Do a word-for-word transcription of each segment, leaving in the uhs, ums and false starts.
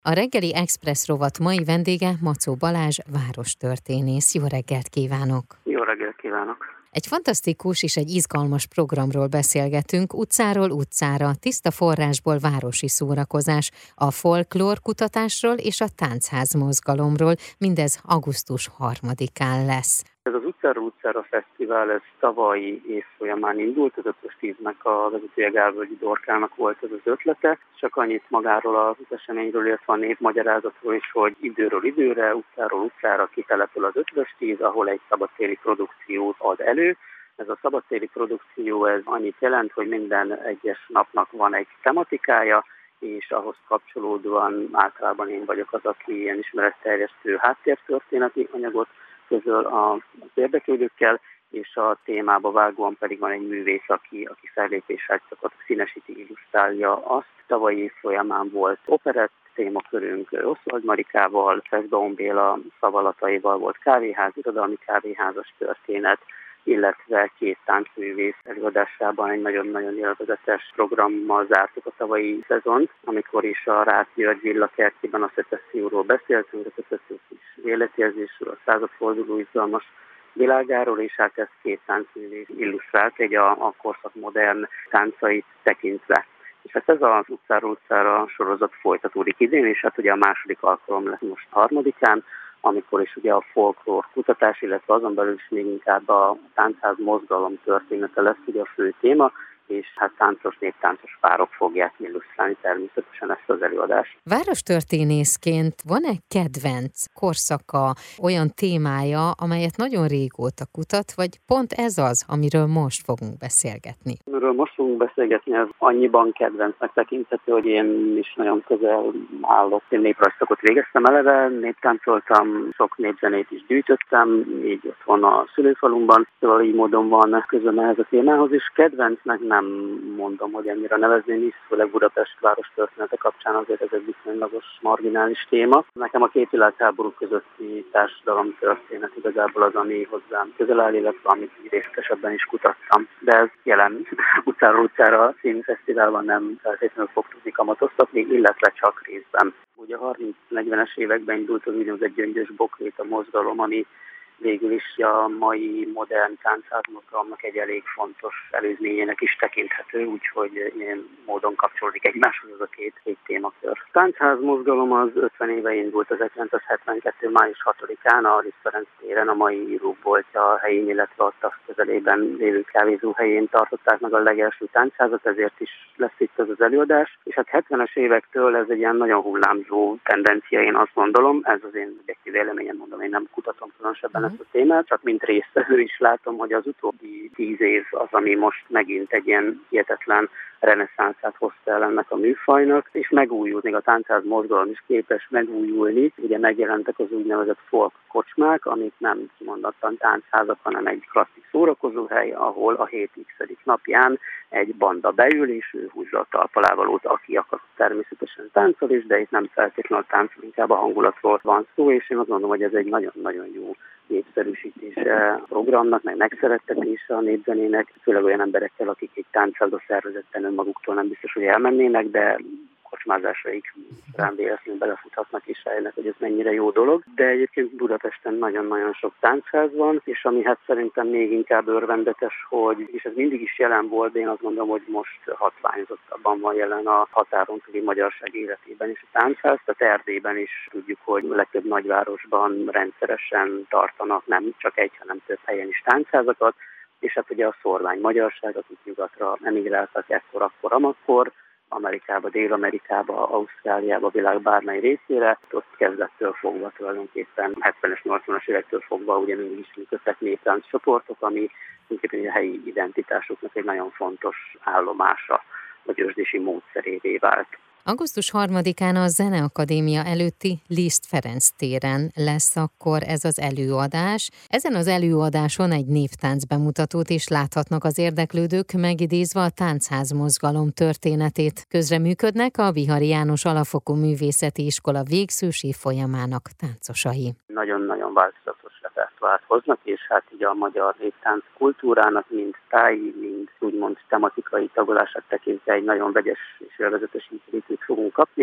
A reggeli Express rovat mai vendége Macó Balázs, várostörténész. Jó reggelt kívánok! Jó reggelt kívánok! Egy fantasztikus és egy izgalmas programról beszélgetünk, utcáról utcára, tiszta forrásból városi szórakozás, a folklór kutatásról és a táncház mozgalomról, mindez augusztus harmadikán lesz. Ez az Utcáról utcára fesztivál, ez tavalyi év folyamán indult, az ötös tíznek a vezetője Gálvölgyi Dorkának volt ez az ötlete. Csak annyit magáról az eseményről, illetve a névmagyarázatról is, hogy időről időre, utcáról utcára kitelepül az ötös tíz, ahol egy szabadtéri produkciót ad elő. Ez a szabadtéri produkció ez annyit jelent, hogy minden egyes napnak van egy tematikája, és ahhoz kapcsolódóan általában én vagyok az, aki ilyen ismeretterjesztő háttértörténeti anyagot közöl az érdeklődőkkel, és a témába vágóan pedig van egy művész, aki, aki fellépéshágyszakot színesíti, illusztrálja azt. Tavalyi év folyamán volt operett témakörünk Oswald Marikával, Szeszbaum Béla szavalataival volt kávéház, irodalmi kávéházas történet, illetve két táncművész előadásában egy nagyon-nagyon élvezetes programmal zártuk a tavalyi szezont, amikor is a Rácz György villakertjében a szecesszióról beszéltünk, a szecessziós életérzésről, a századforduló izgalmas világáról, és hát ezt két táncművész illusztrált, egy a, a korszak modern táncait tekintve. És hát ez az Utcáról utcára sorozat folytatódik idén, és hát ugye a második alkalom lesz most harmadikán, amikor is ugye a folklór kutatás, illetve azon belül is még inkább a táncház mozgalom története lesz ugye a fő téma, és hát táncos, néptáncos párok fogják illusztrálni természetesen ezt az előadást. Várostörténészként van-e kedvenc korszaka, olyan témája, amelyet nagyon régóta kutat, vagy pont ez az, amiről most fogunk beszélgetni? Amiről most fogunk beszélgetni, az annyiban kedvencnek tekinthető, hogy én is nagyon közel állok. Én néprajzszakot végeztem eleve, néptáncoltam, sok népzenét is gyűjtöttem, így otthon a szülőfalumban, szóval így módon van közöm ehhez a témához is. Kedvencnek nem mondom, hogy ennyire nevezném is, főleg Budapest várostörténete kapcsán azért ez egy viszonylagos marginális téma. Nekem a két világháború közötti társadalom történet igazából az, ami hozzám közel áll, illetve amit részletesebben is kutattam. De ez jelen Utcáról utcára című fesztiválban nem feltétlenül fog tudni kamatoztatni, illetve csak részben. Ugye a harminc-negyvenes években indult az úgynevezett Gyöngyös Bokrét a mozgalom, ami végül is a mai modern táncházmozgalomnak egy elég fontos előzményének is tekinthető, úgyhogy ilyen módon kapcsolódik egymáshoz az a két, két témakör. A táncházmozgalom az ötven éve indult ezerkilencszázhetvenkettő. május hatodikán a Liszt Ferenc téren, a mai íróboltja helyén, illetve ott a közelében lévő kávézó helyén tartották meg a legelső táncházat, ezért is lesz itt ez az előadás. És hát hetvenes évektől ez egy ilyen nagyon hullámzó tendencia, én azt gondolom, ez az én objektív véleményem, mondom, én nem kutatom különösebben ezt a témát, csak mint résztvevő is látom, hogy az utóbbi tíz év az, ami most megint egy ilyen hihetetlen reneszánszát hozta el ennek a műfajnak, és megújult, még a táncház mozgalom is képes megújulni. Ugye megjelentek az úgynevezett folk kocsmák, amik nem kimondottan táncházak, hanem egy klasszik szórakozóhely, ahol a hét x napján egy banda beül, és ő húzza a talpalávalót, aki akar természetesen táncol is, de itt nem feltétlenül táncol, inkább a hangulatról van szó, és én azt mondom, hogy ez egy nagyon-nagyon jó népszerűsítése a programnak, meg megszerettetése a népzenének, főleg olyan emberekkel, akik egy táncháza szervezetten önmaguktól nem biztos, hogy elmennének, de kocsmázásaik rám véletlenül belefuthatnak és rájönnek, hogy ez mennyire jó dolog. De egyébként Budapesten nagyon-nagyon sok táncház van, és ami hát szerintem még inkább örvendetes, hogy, és ez mindig is jelen volt, de én azt mondom, hogy most hatványozottabban van jelen a határon túli magyarság életében is a táncház. Tehát Erdélyben is tudjuk, hogy a legtöbb nagyvárosban rendszeresen tartanak nem csak egy, hanem több helyen is táncházakat, és hát ugye a szorvány magyarság, akik nyugatra emigráltak ekkor, akkor, amakkor, Amerikába, Dél-Amerikába, Ausztráliába, a világ bármely részére, ott kezdettől fogva tulajdonképpen hetvenes, nyolcvanas évektől fogva ugye mindig is működtek néptánc csoportok, ami tulajdonképpen a helyi identitásoknak egy nagyon fontos állomása, vagy őrzési módszerévé vált. augusztus harmadikán a Zeneakadémia előtti Liszt Ferenc téren lesz akkor ez az előadás. Ezen az előadáson egy névtánc bemutatót is láthatnak az érdeklődők, megidézve a táncház mozgalom történetét. Közreműködnek a Vihari János Alapfokú Művészeti Iskola végzős évfolyamának táncosai. Nagyon-nagyon változatos repertoárt hoznak, és hát így a magyar néptánc kultúrának mind táji, mind úgymond tematikai tagolását tekintve egy nagyon vegyes és élvezetes ízlítőt fogunk kapni.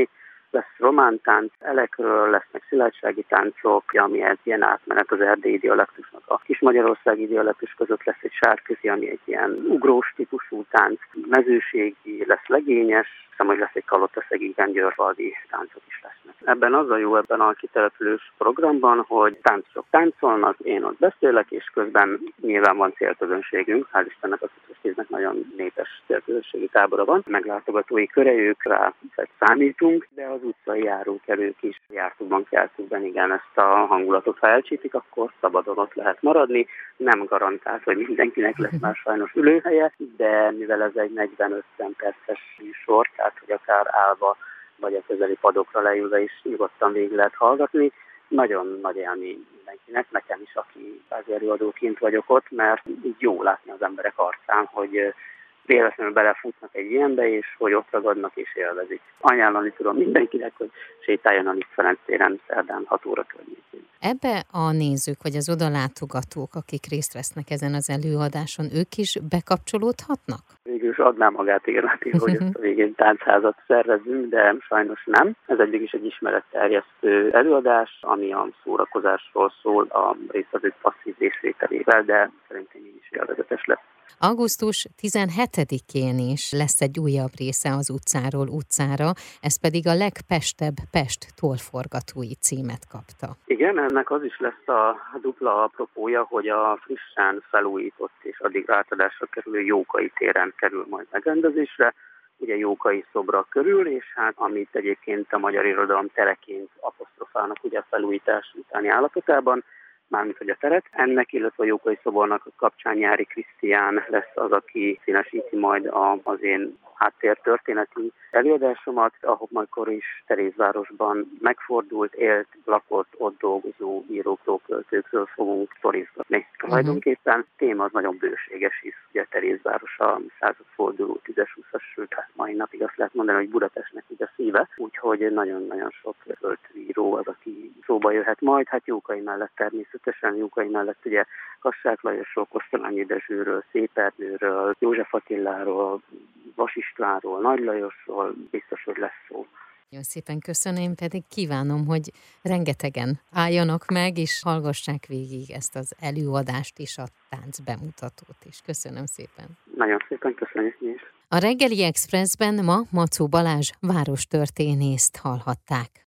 lesz romántánc, elekről, lesznek szilágysági táncok, ami egy ilyen átmenet az erdélyi dialektusnak. A kismagyarországi dialektus között lesz egy sárközi, ami egy ilyen ugrós típusú tánc, mezőségi, lesz legényes, hiszem, hogy lesz egy kalotaszegi györfaldi táncok is lesznek. Ebben az a jó ebben a kitelepülős programban, hogy táncosok táncolnak, én ott beszélek, és közben nyilván van célközönségünk, hál' Istennek a Szitros nagyon népes célközönségi tábora van, meglátogatói köreőkre számítunk, de az utcai járókelők is jártukban, keltükben igen, ezt a hangulatot, ha elcsípik, akkor szabadon ott lehet maradni. Nem garantált, hogy mindenkinek lesz már sajnos ülőhelye, de mivel ez egy negyven-ötven perces műsor, tehát hogy akár állva vagy a közeli padokra leülve is nyugodtan végig lehet hallgatni, nagyon nagy élmény mindenkinek, nekem is, aki előadóként vagyok ott, mert így jó látni az emberek arcán, hogy véletlenül belefutnak egy ilyenbe, és hogy ott ragadnak és élvezik. Ajánlani tudom mindenkinek, hogy sétáljon a Liszt Ferenc téren szerdán hat óra környékén. Ebbe a nézők, vagy az odalátogatók, akik részt vesznek ezen az előadáson, ők is bekapcsolódhatnak? Végül is adná magát érleti, hogy ezt a végén táncházat szervezünk, de sajnos nem. Ez egyik is egy ismeretterjesztő előadás, ami a szórakozásról szól a résztvevők passzív részvételével, de szerintem így is élvezetes lesz. augusztus tizenhetedikén is lesz egy újabb része az Utcáról utcára, ez pedig a Legpestebb Pest tollforgatói címet kapta. Igen, ennek az is lesz a dupla apropója, hogy a frissen felújított és addig átadásra kerülő Jókai téren kerül majd megrendezésre, ugye Jókai szobra körül, és hát amit egyébként a magyar irodalom tereként apostrofálnak ugye a felújítás utáni állapotában, mármint hogy a teret. Ennek, illetve a Jókai szobornak a kapcsán Nyári Krisztián lesz az, aki színesíti majd a, az én háttértörténeti előadásomat, ahol majkor is Terézvárosban megfordult, élt, lakott, ott dolgozó írókról, költőkről fogunk sztorizgatni. Tulajdonképpen téma az nagyon bőséges is, ugye Terézváros a századforduló tízes-húszas, sőt, hát mai napig azt lehet mondani, hogy Budapestnek így a szíve, úgyhogy nagyon-nagyon sok költőíró az, aki szóba jöhet majd, hát Jókai mellett természetesen, Jókai mellett ugye Kassák Lajosról, Kosztolányi Dezsőről, Szép Erdőről, József Attiláról, Vas Istvánról, Nagy Lajosról biztos, hogy lesz szó. Nagyon szépen köszönöm, én pedig kívánom, hogy rengetegen álljanak meg, és hallgassák végig ezt az előadást is, a tánc bemutatót is. Köszönöm szépen. Nagyon szépen köszönjük mi is. A Reggeli Expressben ma Macó Balázs várostörténészt hallhatták.